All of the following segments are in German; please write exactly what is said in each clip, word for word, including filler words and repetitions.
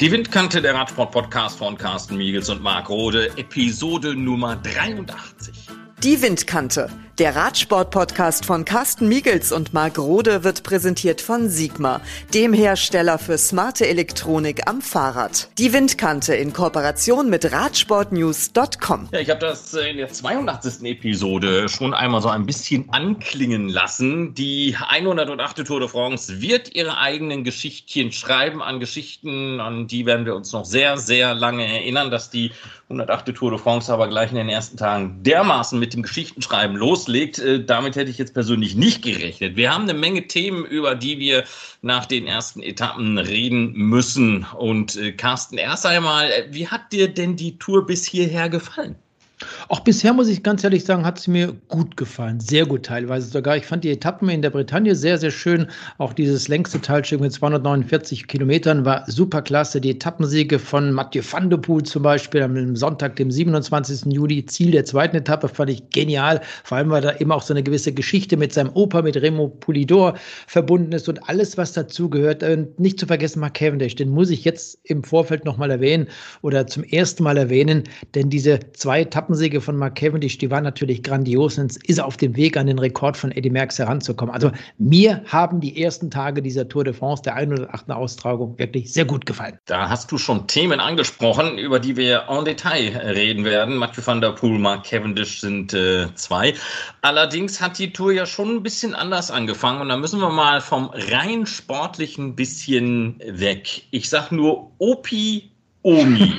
Die Windkante, der Radsport-Podcast von Carsten Miegels und Marc Rode, Episode Nummer dreiundachtzig. Die Windkante, der Radsport-Podcast von Carsten Miegels und Marc Rode wird präsentiert von Sigma, dem Hersteller für smarte Elektronik am Fahrrad. Die Windkante in Kooperation mit radsportnews punkt com. Ja, ich habe das in der zweiundachtzigsten Episode schon einmal so ein bisschen anklingen lassen. Die hundertachte Tour de France wird ihre eigenen Geschichtchen schreiben, an Geschichten, an die werden wir uns noch sehr, sehr lange erinnern, dass die hundertachte Tour de France aber gleich in den ersten Tagen dermaßen mit dem Geschichtenschreiben loslegt. Äh, damit hätte ich jetzt persönlich nicht gerechnet. Wir haben eine Menge Themen, über die wir nach den ersten Etappen reden müssen. Und äh, Carsten, erst einmal, wie hat dir denn die Tour bis hierher gefallen? Auch bisher, muss ich ganz ehrlich sagen, hat sie mir gut gefallen. Sehr gut teilweise sogar. Ich fand die Etappen in der Bretagne sehr, sehr schön. Auch dieses längste Teilstück mit zweihundertneunundvierzig Kilometern war super klasse. Die Etappensiege von Mathieu van der Poel zum Beispiel am Sonntag, dem siebenundzwanzigsten Juli, Ziel der zweiten Etappe, fand ich genial. Vor allem, weil da immer auch so eine gewisse Geschichte mit seinem Opa, mit Remo Poulidor verbunden ist und alles, was dazu gehört. Und nicht zu vergessen, Mark Cavendish, den muss ich jetzt im Vorfeld nochmal erwähnen oder zum ersten Mal erwähnen, denn diese zwei Etappen Siege von Mark Cavendish, die waren natürlich grandios und ist auf dem Weg, an den Rekord von Eddy Merckx heranzukommen. Also mir haben die ersten Tage dieser Tour de France, der hundertachten Austragung, wirklich sehr gut gefallen. Da hast du schon Themen angesprochen, über die wir en Detail reden werden. Mathieu van der Poel, Mark Cavendish sind äh, zwei. Allerdings hat die Tour ja schon ein bisschen anders angefangen und da müssen wir mal vom rein sportlichen bisschen weg. Ich sag nur Opi Omi.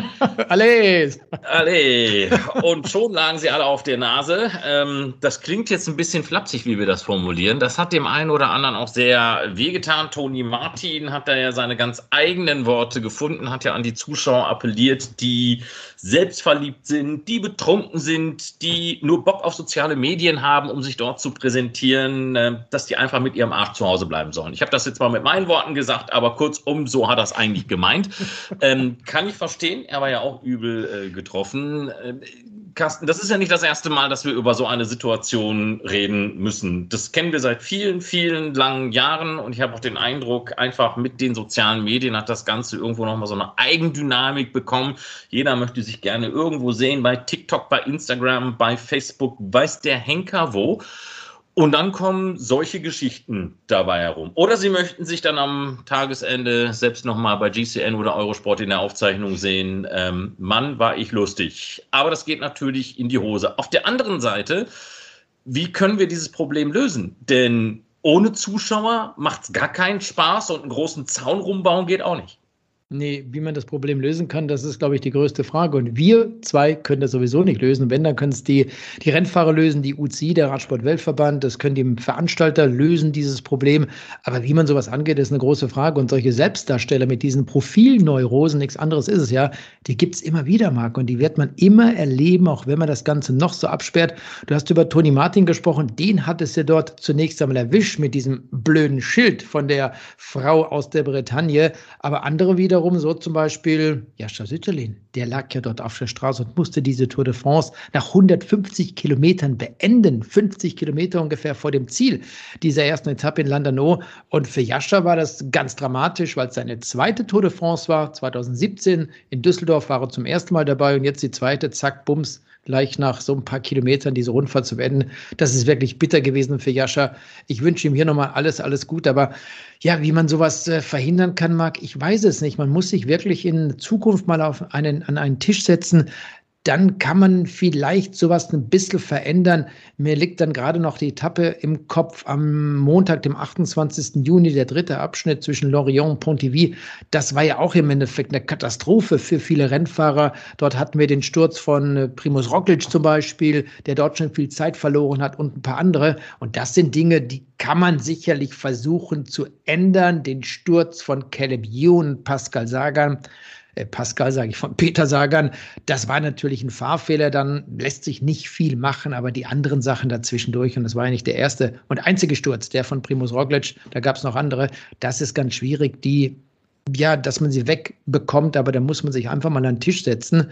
Allez! Allez! Und schon lagen sie alle auf der Nase. Ähm, das klingt jetzt ein bisschen flapsig, wie wir das formulieren. Das hat dem einen oder anderen auch sehr wehgetan. Tony Martin hat da ja seine ganz eigenen Worte gefunden, hat ja an die Zuschauer appelliert, die selbstverliebt sind, die betrunken sind, die nur Bock auf soziale Medien haben, um sich dort zu präsentieren, äh, dass die einfach mit ihrem Arsch zu Hause bleiben sollen. Ich habe das jetzt mal mit meinen Worten gesagt, aber kurzum, so hat er es eigentlich gemeint. Ähm, Kann ich verstehen, er war ja auch übel äh, getroffen. Äh, Carsten, das ist ja nicht das erste Mal, dass wir über so eine Situation reden müssen. Das kennen wir seit vielen, vielen langen Jahren und ich habe auch den Eindruck, einfach mit den sozialen Medien hat das Ganze irgendwo nochmal so eine Eigendynamik bekommen. Jeder möchte sich gerne irgendwo sehen, bei TikTok, bei Instagram, bei Facebook, weiß der Henker wo. Und dann kommen solche Geschichten dabei herum. Oder sie möchten sich dann am Tagesende selbst nochmal bei G C N oder Eurosport in der Aufzeichnung sehen. Ähm, Mann, war ich lustig. Aber das geht natürlich in die Hose. Auf der anderen Seite, wie können wir dieses Problem lösen? Denn ohne Zuschauer macht es gar keinen Spaß und einen großen Zaun rumbauen geht auch nicht. Nee, wie man das Problem lösen kann, das ist, glaube ich, die größte Frage. Und wir zwei können das sowieso nicht lösen. Wenn, dann können es die, die Rennfahrer lösen, die U C I, der Radsport-Weltverband, das können die Veranstalter lösen, dieses Problem. Aber wie man sowas angeht, ist eine große Frage. Und solche Selbstdarsteller mit diesen Profilneurosen, nichts anderes ist es ja, die gibt es immer wieder, Marc. Und die wird man immer erleben, auch wenn man das Ganze noch so absperrt. Du hast über Tony Martin gesprochen, den hat es ja dort zunächst einmal erwischt mit diesem blöden Schild von der Frau aus der Bretagne. Aber andere wiederum, so zum Beispiel Jascha Sütterlin, der lag ja dort auf der Straße und musste diese Tour de France nach hundertfünfzig Kilometern beenden, fünfzig Kilometer ungefähr vor dem Ziel dieser ersten Etappe in Landano. Und für Jascha war das ganz dramatisch, weil es seine zweite Tour de France war, zweitausendsiebzehn. In Düsseldorf war er zum ersten Mal dabei und jetzt die zweite, zack, bums, gleich nach so ein paar Kilometern diese Rundfahrt zu beenden. Das ist wirklich bitter gewesen für Jascha. Ich wünsche ihm hier nochmal alles, alles gut. Aber ja, wie man sowas äh, verhindern kann, Marc, ich weiß es nicht. Man muss sich wirklich in Zukunft mal auf einen, an einen Tisch setzen. Dann kann man vielleicht sowas ein bisschen verändern. Mir liegt dann gerade noch die Etappe im Kopf am Montag, dem achtundzwanzigsten Juni, der dritte Abschnitt zwischen Lorient und Pontivy. Das war ja auch im Endeffekt eine Katastrophe für viele Rennfahrer. Dort hatten wir den Sturz von Primož Roglič zum Beispiel, der dort schon viel Zeit verloren hat und ein paar andere. Und das sind Dinge, die kann man sicherlich versuchen zu ändern. Den Sturz von Caleb Ewan, Pascal Sagan, Pascal, sage ich, von Peter Sagan, das war natürlich ein Fahrfehler, dann lässt sich nicht viel machen, aber die anderen Sachen dazwischendurch, und das war ja nicht der erste und einzige Sturz, der von Primož Roglič, da gab es noch andere, das ist ganz schwierig, die, ja, dass man sie wegbekommt, aber da muss man sich einfach mal an den Tisch setzen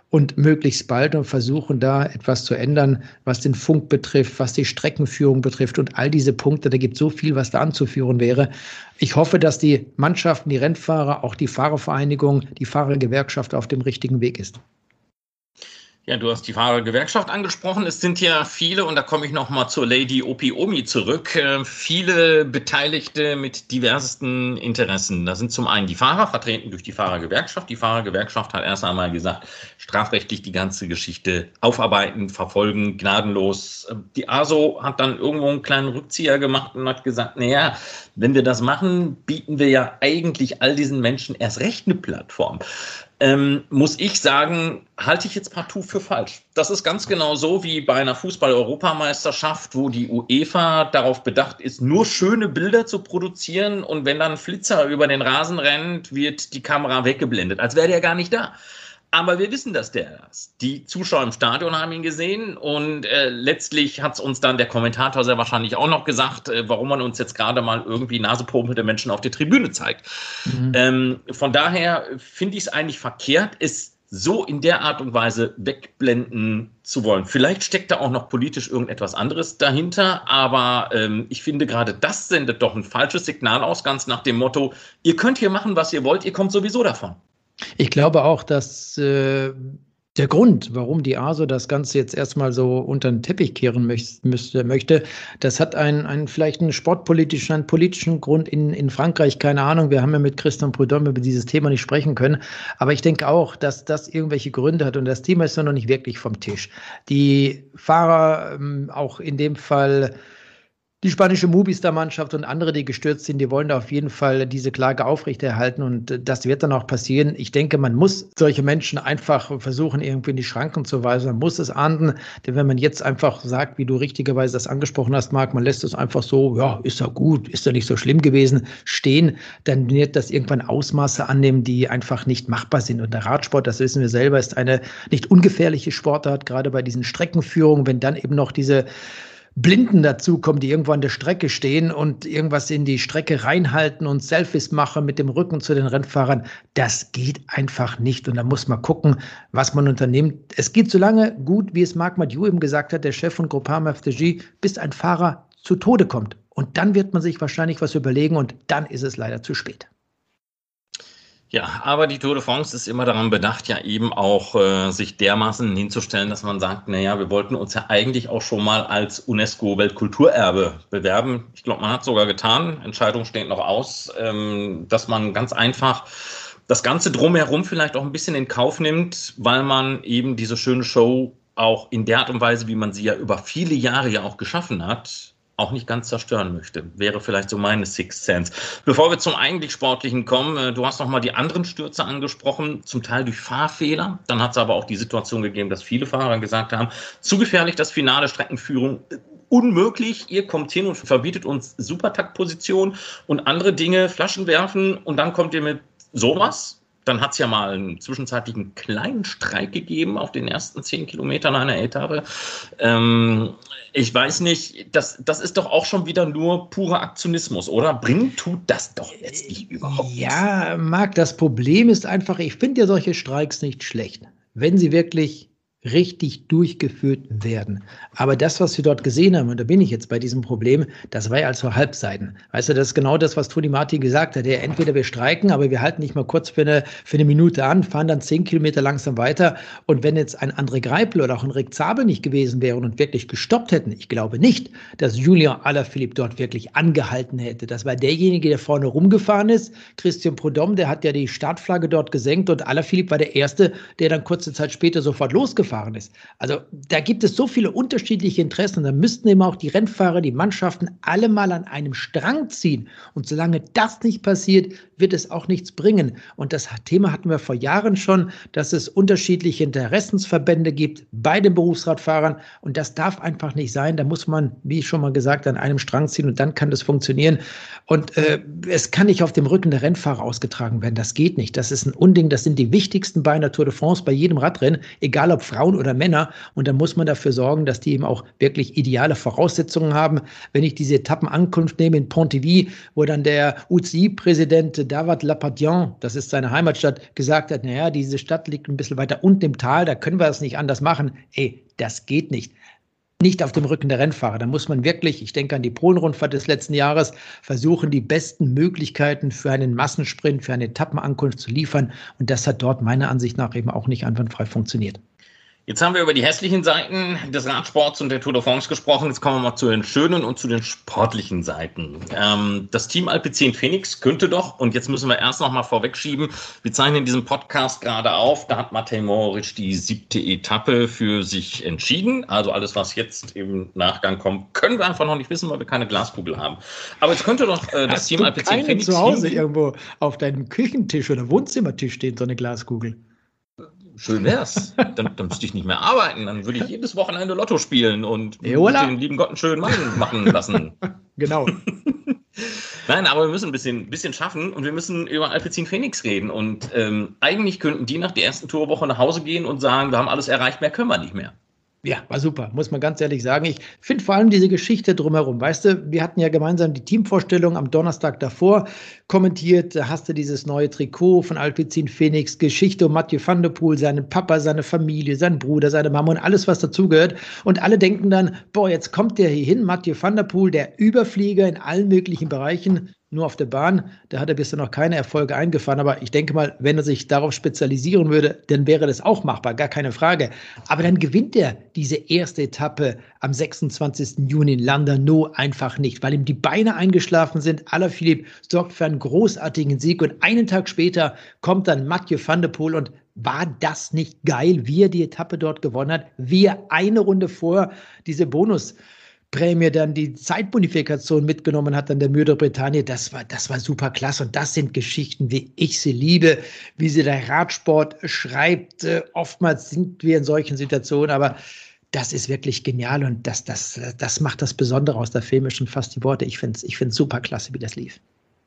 und möglichst bald und versuchen da etwas zu ändern, was den Funk betrifft, was die Streckenführung betrifft und all diese Punkte. Da gibt es so viel, was da anzuführen wäre. Ich hoffe, dass die Mannschaften, die Rennfahrer, auch die Fahrervereinigung, die Fahrergewerkschaft auf dem richtigen Weg ist. Ja, du hast die Fahrergewerkschaft angesprochen. Es sind ja viele, und da komme ich nochmal zur Lady Opiomi zurück, äh, viele Beteiligte mit diversesten Interessen. Da sind zum einen die Fahrer, vertreten durch die Fahrergewerkschaft. Die Fahrergewerkschaft hat erst einmal gesagt, strafrechtlich die ganze Geschichte aufarbeiten, verfolgen, gnadenlos. Die A S O hat dann irgendwo einen kleinen Rückzieher gemacht und hat gesagt, naja, wenn wir das machen, bieten wir ja eigentlich all diesen Menschen erst recht eine Plattform. Ähm, muss ich sagen, halte ich jetzt partout für falsch. Das ist ganz genau so wie bei einer Fußball-Europameisterschaft, wo die UEFA darauf bedacht ist, nur schöne Bilder zu produzieren, und wenn dann ein Flitzer über den Rasen rennt, wird die Kamera weggeblendet, als wäre der gar nicht da. Aber wir wissen, dass der da ist. Die Zuschauer im Stadion haben ihn gesehen, und äh, letztlich hat es uns dann der Kommentator sehr wahrscheinlich auch noch gesagt, äh, warum man uns jetzt gerade mal irgendwie nasepopelnde Menschen auf der Tribüne zeigt. Mhm. Ähm, von daher finde ich es eigentlich verkehrt, es so in der Art und Weise wegblenden zu wollen. Vielleicht steckt da auch noch politisch irgendetwas anderes dahinter, aber ähm, ich finde, gerade das sendet doch ein falsches Signal aus, ganz nach dem Motto, ihr könnt hier machen, was ihr wollt, ihr kommt sowieso davon. Ich glaube auch, dass äh, der Grund, warum die A S O das Ganze jetzt erstmal so unter den Teppich kehren möchte, möchte das hat einen, einen vielleicht einen sportpolitischen, einen politischen Grund in, in Frankreich, keine Ahnung. Wir haben ja mit Christian Prudhomme über dieses Thema nicht sprechen können. Aber ich denke auch, dass das irgendwelche Gründe hat, und das Thema ist noch nicht wirklich vom Tisch. Die Fahrer, ähm, auch in dem Fall die spanische Movistar-Mannschaft und andere, die gestürzt sind, die wollen da auf jeden Fall diese Klage aufrechterhalten, und das wird dann auch passieren. Ich denke, man muss solche Menschen einfach versuchen, irgendwie in die Schranken zu weisen. Man muss es ahnden, denn wenn man jetzt einfach sagt, wie du richtigerweise das angesprochen hast, Marc, man lässt es einfach so, ja, ist ja gut, ist ja nicht so schlimm gewesen, stehen, dann wird das irgendwann Ausmaße annehmen, die einfach nicht machbar sind. Und der Radsport, das wissen wir selber, ist eine nicht ungefährliche Sportart, gerade bei diesen Streckenführungen, wenn dann eben noch diese Blinden dazukommen, die irgendwo an der Strecke stehen und irgendwas in die Strecke reinhalten und Selfies machen mit dem Rücken zu den Rennfahrern. Das geht einfach nicht, und da muss man gucken, was man unternimmt. Es geht so lange gut, wie es Marc Mathieu eben gesagt hat, der Chef von Groupama F D J, bis ein Fahrer zu Tode kommt. Und dann wird man sich wahrscheinlich was überlegen, und dann ist es leider zu spät. Ja, aber die Tour de France ist immer daran bedacht, ja eben auch äh, sich dermaßen hinzustellen, dass man sagt, naja, wir wollten uns ja eigentlich auch schon mal als UNESCO-Weltkulturerbe bewerben. Ich glaube, man hat es sogar getan. Entscheidung steht noch aus, ähm, dass man ganz einfach das Ganze drumherum vielleicht auch ein bisschen in Kauf nimmt, weil man eben diese schöne Show auch in der Art und Weise, wie man sie ja über viele Jahre ja auch geschaffen hat, auch nicht ganz zerstören möchte. Wäre vielleicht so meine Sixth Sense. Bevor wir zum eigentlich Sportlichen kommen, du hast noch mal die anderen Stürze angesprochen, zum Teil durch Fahrfehler. Dann hat es aber auch die Situation gegeben, dass viele Fahrer gesagt haben, zu gefährlich, das Finale, Streckenführung, unmöglich, ihr kommt hin und verbietet uns Supertaktposition und andere Dinge, Flaschen werfen, und dann kommt ihr mit sowas. Dann hat es ja mal einen zwischenzeitlichen kleinen Streik gegeben auf den ersten zehn Kilometern einer Etappe. Ähm, ich weiß nicht, das, das ist doch auch schon wieder nur purer Aktionismus, oder? Bringen tut das doch letztlich überhaupt nichts. Ja, Marc, das Problem ist einfach, ich finde ja solche Streiks nicht schlecht, wenn sie wirklich richtig durchgeführt werden. Aber das, was wir dort gesehen haben, und da bin ich jetzt bei diesem Problem, das war ja also Halbseiten. Weißt du, das ist genau das, was Toni Martin gesagt hat. Ja, entweder wir streiken, aber wir halten nicht mal kurz für eine, für eine Minute an, fahren dann zehn Kilometer langsam weiter. Und wenn jetzt ein André Greipel oder auch ein Rick Zabel nicht gewesen wären und wirklich gestoppt hätten, ich glaube nicht, dass Julien Alaphilippe dort wirklich angehalten hätte. Das war derjenige, der vorne rumgefahren ist. Christian Prudhomme, der hat ja die Startflagge dort gesenkt, und Alaphilippe war der Erste, der dann kurze Zeit später sofort losgefahren ist. Also da gibt es so viele unterschiedliche Interessen, und da müssten eben auch die Rennfahrer, die Mannschaften alle mal an einem Strang ziehen. Und solange das nicht passiert, wird es auch nichts bringen. Und das Thema hatten wir vor Jahren schon, dass es unterschiedliche Interessensverbände gibt bei den Berufsradfahrern, und das darf einfach nicht sein. Da muss man, wie ich schon mal gesagt, an einem Strang ziehen, und dann kann das funktionieren. Und äh, es kann nicht auf dem Rücken der Rennfahrer ausgetragen werden. Das geht nicht. Das ist ein Unding. Das sind die wichtigsten bei einer Tour de France, bei jedem Radrennen, egal ob Frauen oder Männer. Und dann muss man dafür sorgen, dass die eben auch wirklich ideale Voraussetzungen haben. Wenn ich diese Etappenankunft nehme in Pontivy, wo dann der U C I-Präsident David Lapardien, das ist seine Heimatstadt, gesagt hat, naja, diese Stadt liegt ein bisschen weiter unten im Tal, da können wir es nicht anders machen. Ey, das geht nicht. Nicht auf dem Rücken der Rennfahrer. Da muss man wirklich, ich denke an die Polen-Rundfahrt des letzten Jahres, versuchen, die besten Möglichkeiten für einen Massensprint, für eine Etappenankunft zu liefern. Und das hat dort meiner Ansicht nach eben auch nicht einwandfrei funktioniert. Jetzt haben wir über die hässlichen Seiten des Radsports und der Tour de France gesprochen. Jetzt kommen wir mal zu den schönen und zu den sportlichen Seiten. Ähm, das Team Alpecin Phoenix könnte doch, und jetzt müssen wir erst noch mal vorwegschieben, wir zeichnen diesen Podcast gerade auf, da hat Matej Mohoric die siebte Etappe für sich entschieden. Also alles, was jetzt im Nachgang kommt, können wir einfach noch nicht wissen, weil wir keine Glaskugel haben. Aber jetzt könnte doch äh, das Hast Team du Alpecin keine Phoenix zu Hause hingehen. irgendwo auf deinem Küchentisch oder Wohnzimmertisch stehen, so eine Glaskugel. Schön wär's. Dann, dann müsste ich nicht mehr arbeiten. Dann würde ich jedes Wochenende Lotto spielen und Et voilà. den lieben Gott einen schönen Mann machen lassen. Genau. Nein, aber wir müssen ein bisschen, bisschen schaffen und wir müssen über Alpecin Phoenix reden. Und ähm, eigentlich könnten die nach der ersten Tourwoche nach Hause gehen und sagen, wir haben alles erreicht, mehr können wir nicht mehr. Ja, war super, muss man ganz ehrlich sagen. Ich finde vor allem diese Geschichte drumherum. Weißt du, wir hatten ja gemeinsam die Teamvorstellung am Donnerstag davor kommentiert. Da hast du dieses neue Trikot von Alpecin Phoenix, Geschichte um Mathieu van der Poel, seinen Papa, seine Familie, seinen Bruder, seine Mama und alles, was dazugehört. Und alle denken dann, boah, jetzt kommt der hier hin, Mathieu van der Poel, der Überflieger in allen möglichen Bereichen. Nur auf der Bahn, da hat er bisher noch keine Erfolge eingefahren. Aber ich denke mal, wenn er sich darauf spezialisieren würde, dann wäre das auch machbar, gar keine Frage. Aber dann gewinnt er diese erste Etappe am sechsundzwanzigsten Juni in Landerneau einfach nicht, weil ihm die Beine eingeschlafen sind. Alaphilippe sorgt für einen großartigen Sieg und einen Tag später kommt dann Mathieu van der Poel und war das nicht geil, wie er die Etappe dort gewonnen hat, wie er eine Runde vor diese Bonus Prämie dann die Zeitbonifikation mitgenommen hat an der Mur de Bretagne, das war, das war super klasse. Und das sind Geschichten, wie ich sie liebe, wie sie der Radsport schreibt. Äh, oftmals sind wir in solchen Situationen, aber das ist wirklich genial und das, das, das macht das Besondere aus der filmischen fast die Worte. Ich finde es ich find's super klasse, wie das lief.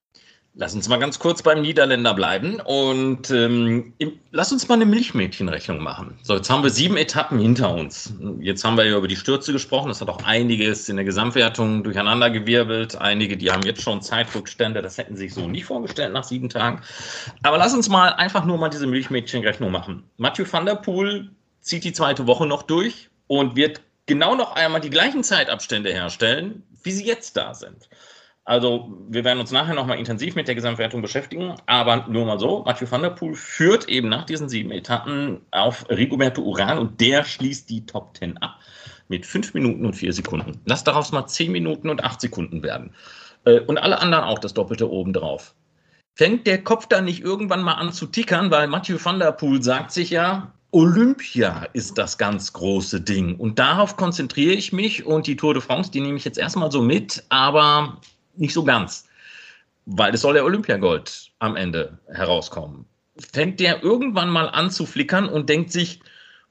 Lass uns mal ganz kurz beim Niederländer bleiben und ähm, lass uns mal eine Milchmädchenrechnung machen. So, jetzt haben wir sieben Etappen hinter uns. Jetzt haben wir ja über die Stürze gesprochen. Das hat auch einiges in der Gesamtwertung durcheinandergewirbelt. Einige, die haben jetzt schon Zeitrückstände. Das hätten sie sich so nicht vorgestellt nach sieben Tagen. Aber lass uns mal einfach nur mal diese Milchmädchenrechnung machen. Mathieu van der Poel zieht die zweite Woche noch durch und wird genau noch einmal die gleichen Zeitabstände herstellen, wie sie jetzt da sind. Also wir werden uns nachher nochmal intensiv mit der Gesamtwertung beschäftigen, aber nur mal so, Mathieu van der Poel führt eben nach diesen sieben Etappen auf Rigoberto Urán und der schließt die Top zehn ab mit fünf Minuten und vier Sekunden. Lass daraus mal zehn Minuten und acht Sekunden werden. Und alle anderen auch das Doppelte obendrauf. Fängt der Kopf dann nicht irgendwann mal an zu tickern, weil Mathieu van der Poel sagt sich ja, Olympia ist das ganz große Ding und darauf konzentriere ich mich und die Tour de France, die nehme ich jetzt erstmal so mit, aber nicht so ganz, weil es soll der Olympiagold am Ende herauskommen. Fängt der irgendwann mal an zu flickern und denkt sich,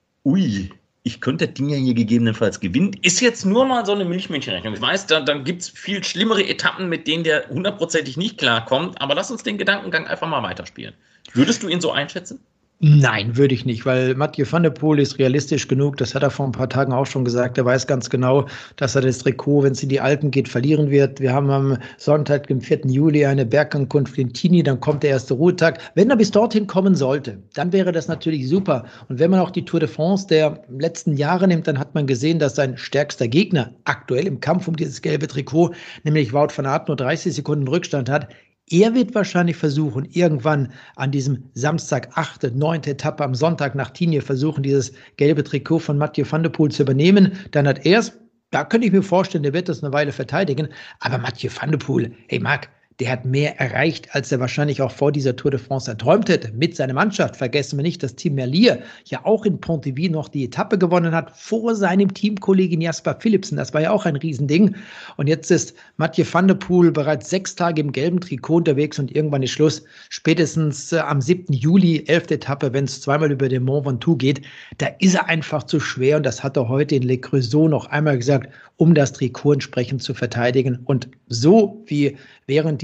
ui, ich könnte das Ding ja hier gegebenenfalls gewinnen. Ist jetzt nur mal so eine Milchmädchenrechnung. Ich weiß, da, da gibt es viel schlimmere Etappen, mit denen der hundertprozentig nicht klarkommt, aber lass uns den Gedankengang einfach mal weiterspielen. Würdest du ihn so einschätzen? Nein, würde ich nicht, weil Mathieu van der Poel ist realistisch genug, das hat er vor ein paar Tagen auch schon gesagt, er weiß ganz genau, dass er das Trikot, wenn es in die Alpen geht, verlieren wird. Wir haben am Sonntag, dem vierten Juli, eine Bergankunft in Tigny, dann kommt der erste Ruhetag. Wenn er bis dorthin kommen sollte, dann wäre das natürlich super. Und wenn man auch die Tour de France der letzten Jahre nimmt, dann hat man gesehen, dass sein stärkster Gegner aktuell im Kampf um dieses gelbe Trikot, nämlich Wout van Aert, nur dreißig Sekunden Rückstand hat. Er wird wahrscheinlich versuchen, irgendwann an diesem Samstag, achte, neunte Etappe am Sonntag nach Tigny versuchen, dieses gelbe Trikot von Mathieu van der Poel zu übernehmen. Dann hat er es, da könnte ich mir vorstellen, der wird das eine Weile verteidigen. Aber Mathieu van der Poel, hey Marc, der hat mehr erreicht, als er wahrscheinlich auch vor dieser Tour de France erträumt hätte. Mit seiner Mannschaft, vergessen wir nicht, dass Team Merlier ja auch in Pontivy noch die Etappe gewonnen hat, vor seinem Teamkollegen Jasper Philipsen. Das war ja auch ein Riesending. Und jetzt ist Mathieu van der Poel bereits sechs Tage im gelben Trikot unterwegs und irgendwann ist Schluss. Spätestens äh, am siebten Juli, elfte Etappe, wenn es zweimal über den Mont Ventoux geht, da ist er einfach zu schwer. Und das hat er heute in Le Creusot noch einmal gesagt, um das Trikot entsprechend zu verteidigen. Und so wie während die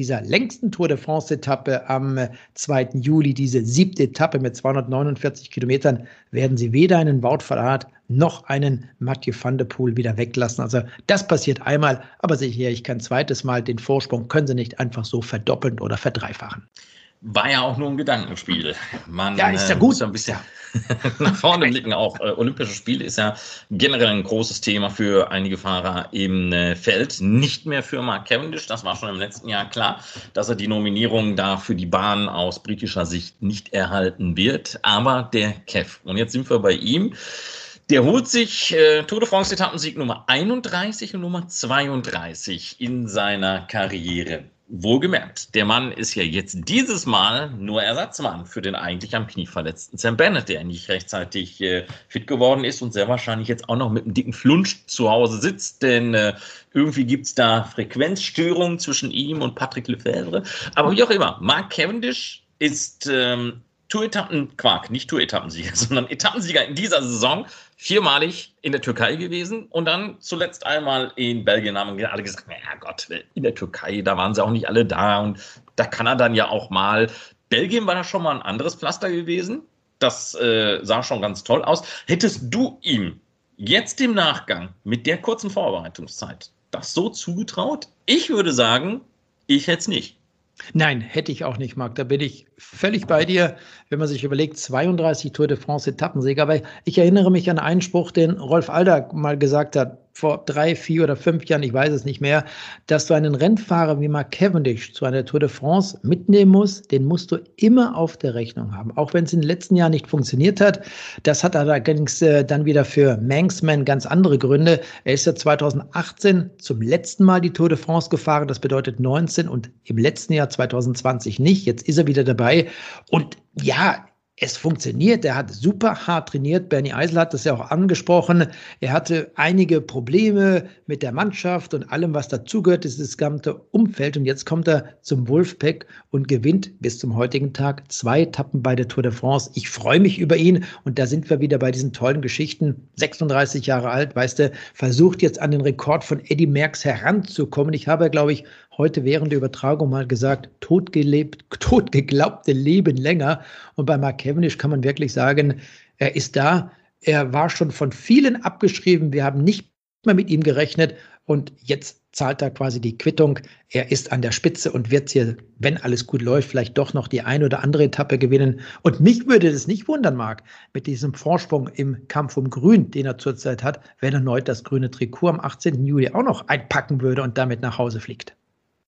dieser längsten Tour de France-Etappe am zweiten Juli, diese siebte Etappe mit zweihundertneunundvierzig Kilometern, werden sie weder einen Wout van Aert noch einen Mathieu van der Poel wieder weglassen. Also das passiert einmal, aber sicherlich kein zweites Mal. Den Vorsprung können sie nicht einfach so verdoppeln oder verdreifachen. War ja auch nur ein Gedankenspiel. Man ja, ist ja äh, gut. muss ja ein bisschen nach vorne blicken. Auch äh, Olympische Spiele ist ja generell ein großes Thema für einige Fahrer im äh, Feld. Nicht mehr für Mark Cavendish. Das war schon im letzten Jahr klar, dass er die Nominierung da für die Bahn aus britischer Sicht nicht erhalten wird. Aber der Kev. Und jetzt sind wir bei ihm. Der holt sich äh, Tour de France Etappensieg Nummer einunddreißig und Nummer zweiunddreißig in seiner Karriere. Wohlgemerkt, der Mann ist ja jetzt dieses Mal nur Ersatzmann für den eigentlich am Knie verletzten Sam Bennett, der nicht rechtzeitig äh, fit geworden ist und sehr wahrscheinlich jetzt auch noch mit einem dicken Flunsch zu Hause sitzt, denn äh, irgendwie gibt es da Frequenzstörungen zwischen ihm und Patrick Lefevre. Aber wie auch immer, Mark Cavendish ist ähm, Tour-Etappen-Quark, nicht Tour-Etappensieger, sondern Etappensieger in dieser Saison, viermalig in der Türkei gewesen und dann zuletzt einmal in Belgien. Haben alle gesagt, naja Gott, in der Türkei, da waren sie auch nicht alle da und da kann er dann ja auch mal. Belgien war da schon mal ein anderes Pflaster gewesen, das äh, sah schon ganz toll aus. Hättest du ihm jetzt im Nachgang mit der kurzen Vorbereitungszeit das so zugetraut? Ich würde sagen, ich hätte es nicht. Nein, hätte ich auch nicht, Marc. Da bin ich völlig bei dir, wenn man sich überlegt, zweiunddreißig Tour de France Etappensieger. Aber ich erinnere mich an einen Spruch, den Rolf Aldag mal gesagt hat, vor drei, vier oder fünf Jahren, ich weiß es nicht mehr, dass du einen Rennfahrer wie Mark Cavendish zu einer Tour de France mitnehmen musst, den musst du immer auf der Rechnung haben. Auch wenn es in den letzten Jahren nicht funktioniert hat. Das hat allerdings äh, dann wieder für Manxman ganz andere Gründe. Er ist ja zweitausendachtzehn zum letzten Mal die Tour de France gefahren. Das bedeutet neunzehn und im letzten Jahr zweitausendzwanzig nicht. Jetzt ist er wieder dabei. Und ja, es funktioniert, er hat super hart trainiert. Bernie Eisel hat das ja auch angesprochen. Er hatte einige Probleme mit der Mannschaft und allem, was dazugehört, ist das gesamte Umfeld. Und jetzt kommt er zum Wolfpack und gewinnt bis zum heutigen Tag zwei Etappen bei der Tour de France. Ich freue mich über ihn und da sind wir wieder bei diesen tollen Geschichten. sechsunddreißig Jahre alt, weißt du, versucht jetzt an den Rekord von Eddy Merckx heranzukommen. Ich habe, glaube ich, heute während der Übertragung mal gesagt, totgelebt, totgeglaubte Leben länger. Und bei Mark Cavendish kann man wirklich sagen, er ist da. Er war schon von vielen abgeschrieben. Wir haben nicht mehr mit ihm gerechnet. Und jetzt zahlt er quasi die Quittung. Er ist an der Spitze und wird hier, wenn alles gut läuft, vielleicht doch noch die eine oder andere Etappe gewinnen. Und mich würde es nicht wundern, Marc, mit diesem Vorsprung im Kampf um Grün, den er zurzeit hat, wenn er erneut das grüne Trikot am achtzehnten Juli auch noch einpacken würde und damit nach Hause fliegt.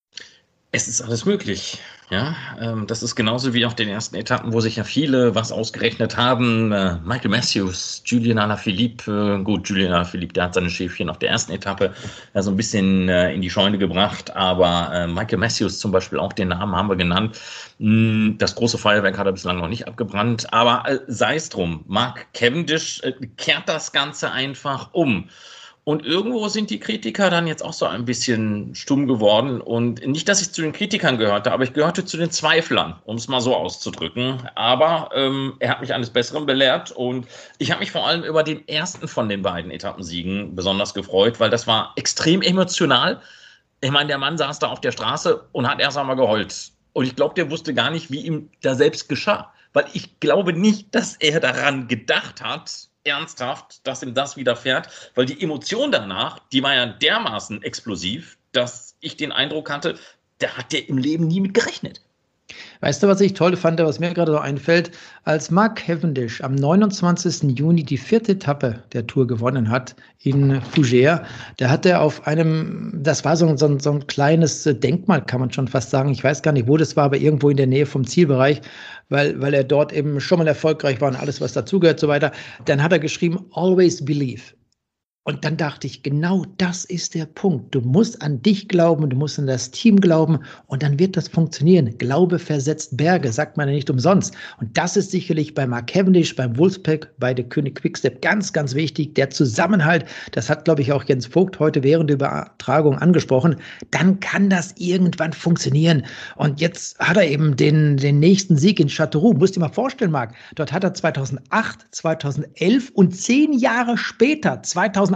Es ist alles möglich, ja. Ähm, das ist genauso wie auf den ersten Etappen, wo sich ja viele was ausgerechnet haben. Äh, Michael Matthews, Julian Alaphilippe, äh, gut, Julian Alaphilippe, der hat seine Schäfchen auf der ersten Etappe ja so ein bisschen äh, in die Scheune gebracht, aber äh, Michael Matthews zum Beispiel, auch den Namen haben wir genannt. Mh, das große Feuerwerk hat er bislang noch nicht abgebrannt, aber äh, sei es drum, Mark Cavendish äh, kehrt das Ganze einfach um. Und irgendwo sind die Kritiker dann jetzt auch so ein bisschen stumm geworden. Und nicht, dass ich zu den Kritikern gehörte, aber ich gehörte zu den Zweiflern, um es mal so auszudrücken. Aber ähm, er hat mich eines Besseren belehrt. Und ich habe mich vor allem über den ersten von den beiden Etappensiegen besonders gefreut, weil das war extrem emotional. Ich meine, der Mann saß da auf der Straße und hat erst einmal geheult. Und ich glaube, der wusste gar nicht, wie ihm da selbst geschah. Weil ich glaube nicht, dass er daran gedacht hat, ernsthaft, dass ihm das widerfährt, weil die Emotion danach, die war ja dermaßen explosiv, dass ich den Eindruck hatte, da hat der im Leben nie mit gerechnet. Weißt du, was ich toll fand, was mir gerade so einfällt? Als Mark Cavendish am neunundzwanzigsten Juni die vierte Etappe der Tour gewonnen hat in Fougères, da hat er auf einem, das war so, so, so ein kleines Denkmal, kann man schon fast sagen, ich weiß gar nicht, wo das war, aber irgendwo in der Nähe vom Zielbereich, weil, weil er dort eben schon mal erfolgreich war und alles, was dazugehört, so weiter. Dann hat er geschrieben, always believe. Und dann dachte ich, genau das ist der Punkt. Du musst an dich glauben, du musst an das Team glauben und dann wird das funktionieren. Glaube versetzt Berge, sagt man ja nicht umsonst. Und das ist sicherlich bei Mark Cavendish, beim Wolfpack, bei der König Quickstep ganz, ganz wichtig. Der Zusammenhalt, das hat, glaube ich, auch Jens Vogt heute während der Übertragung angesprochen. Dann kann das irgendwann funktionieren. Und jetzt hat er eben den, den nächsten Sieg in Châteauroux. Musst dir mal vorstellen, Marc, dort hat er zweitausendacht, zweitausendelf und zehn Jahre später, zweitausendachtzehn,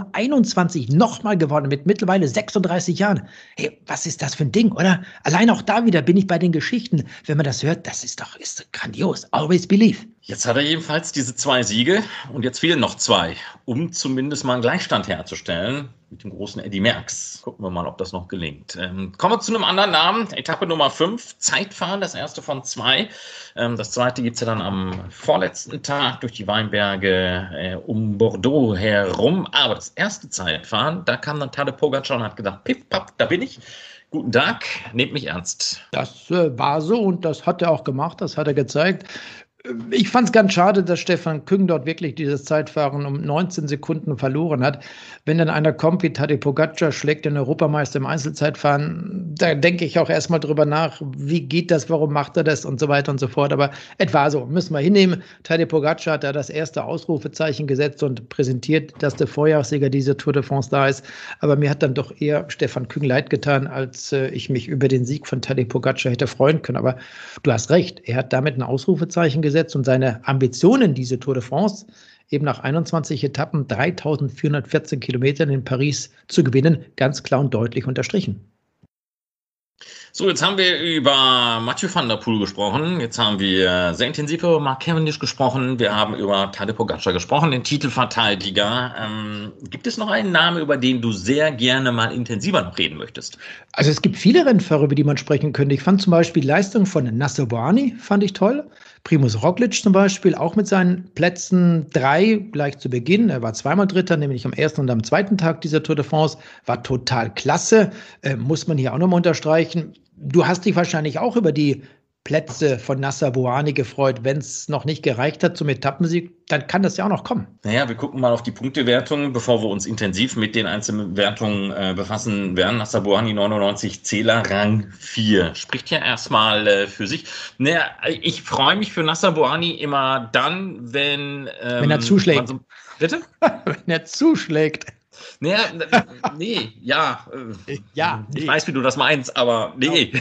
zweitausendeinundzwanzig nochmal gewonnen mit mittlerweile sechsunddreißig Jahren. Hey, was ist das für ein Ding, oder? Allein auch da wieder bin ich bei den Geschichten. Wenn man das hört, das ist doch ist grandios. Always believe. Jetzt hat er jedenfalls diese zwei Siege und jetzt fehlen noch zwei, um zumindest mal einen Gleichstand herzustellen mit dem großen Eddy Merckx. Gucken wir mal, ob das noch gelingt. Ähm, kommen wir zu einem anderen Namen. Etappe Nummer fünf, Zeitfahren, das erste von zwei. Ähm, das zweite gibt es ja dann am vorletzten Tag durch die Weinberge äh, um Bordeaux herum. Aber das erste Zeitfahren, da kam dann Tadej Pogačar und hat gedacht, piff, papp, da bin ich. Guten Tag, nehmt mich ernst. Das äh, war so und das hat er auch gemacht, das hat er gezeigt. Ich fand es ganz schade, dass Stefan Küng dort wirklich dieses Zeitfahren um neunzehn Sekunden verloren hat. Wenn dann einer kommt wie Tadej Pogačar, schlägt den Europameister im Einzelzeitfahren, da denke ich auch erstmal drüber nach, wie geht das, warum macht er das und so weiter und so fort. Aber etwa so, müssen wir hinnehmen. Tadej Pogačar hat da das erste Ausrufezeichen gesetzt und präsentiert, dass der Vorjahressieger dieser Tour de France da ist. Aber mir hat dann doch eher Stefan Küng leid getan, als äh, ich mich über den Sieg von Tadej Pogačar hätte freuen können. Aber du hast recht, er hat damit ein Ausrufezeichen gesetzt und seine Ambitionen, diese Tour de France, eben nach einundzwanzig Etappen dreitausendvierhundertvierzehn Kilometern in Paris zu gewinnen, ganz klar und deutlich unterstrichen. So, jetzt haben wir über Mathieu van der Poel gesprochen, jetzt haben wir sehr intensiv über Mark Cavendish gesprochen, wir haben über Tadej Pogačar gesprochen, den Titelverteidiger. Ähm, gibt es noch einen Namen, über den du sehr gerne mal intensiver noch reden möchtest? Also es gibt viele Rennfahrer, über die man sprechen könnte. Ich fand zum Beispiel die Leistung von Nacer Bouhanni, fand ich toll. Primož Roglič zum Beispiel, auch mit seinen Plätzen drei gleich zu Beginn. Er war zweimal Dritter, nämlich am ersten und am zweiten Tag dieser Tour de France. War total klasse, äh, muss man hier auch nochmal unterstreichen. Du hast dich wahrscheinlich auch über die Plätze von Nacer Bouhanni gefreut. Wenn es noch nicht gereicht hat zum Etappensieg, dann kann das ja auch noch kommen. Naja, wir gucken mal auf die Punktewertung, bevor wir uns intensiv mit den einzelnen Wertungen äh, befassen werden. Nacer Bouhanni neunundneunzig, Zähler Rang vier. Spricht ja erstmal äh, für sich. Naja, ich freue mich für Nacer Bouhanni immer dann, wenn... Ähm, wenn er zuschlägt. So, bitte? Wenn er zuschlägt. Naja, nee, ja. Äh, ja. Ich nee. weiß, wie du das meinst, aber nee.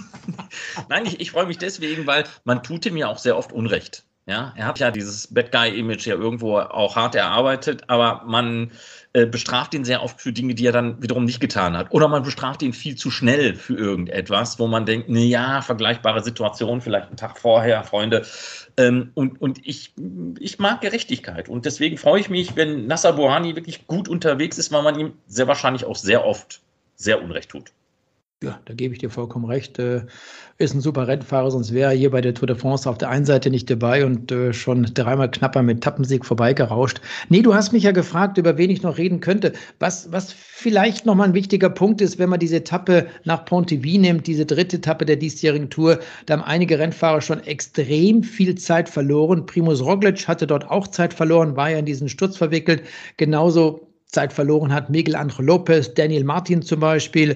Nein, ich, ich freue mich deswegen, weil man tut ihm ja auch sehr oft Unrecht. Ja, er hat ja dieses Bad Guy-Image ja irgendwo auch hart erarbeitet, aber man äh, bestraft ihn sehr oft für Dinge, die er dann wiederum nicht getan hat. Oder man bestraft ihn viel zu schnell für irgendetwas, wo man denkt, na ja, vergleichbare Situation, vielleicht einen Tag vorher, Freunde. Ähm, und und ich, ich mag Gerechtigkeit. Und deswegen freue ich mich, wenn Nacer Bouhanni wirklich gut unterwegs ist, weil man ihm sehr wahrscheinlich auch sehr oft sehr Unrecht tut. Ja, da gebe ich dir vollkommen recht. Äh, ist ein super Rennfahrer, sonst wäre er hier bei der Tour de France auf der einen Seite nicht dabei und äh, schon dreimal knapper mit Etappensieg vorbeigerauscht. Nee, du hast mich ja gefragt, über wen ich noch reden könnte. Was, was vielleicht nochmal ein wichtiger Punkt ist, wenn man diese Etappe nach Pontivy nimmt, diese dritte Etappe der diesjährigen Tour, da haben einige Rennfahrer schon extrem viel Zeit verloren. Primož Roglič hatte dort auch Zeit verloren, war ja in diesen Sturz verwickelt. Genauso Zeit verloren hat Miguel Ángel López, Daniel Martin zum Beispiel.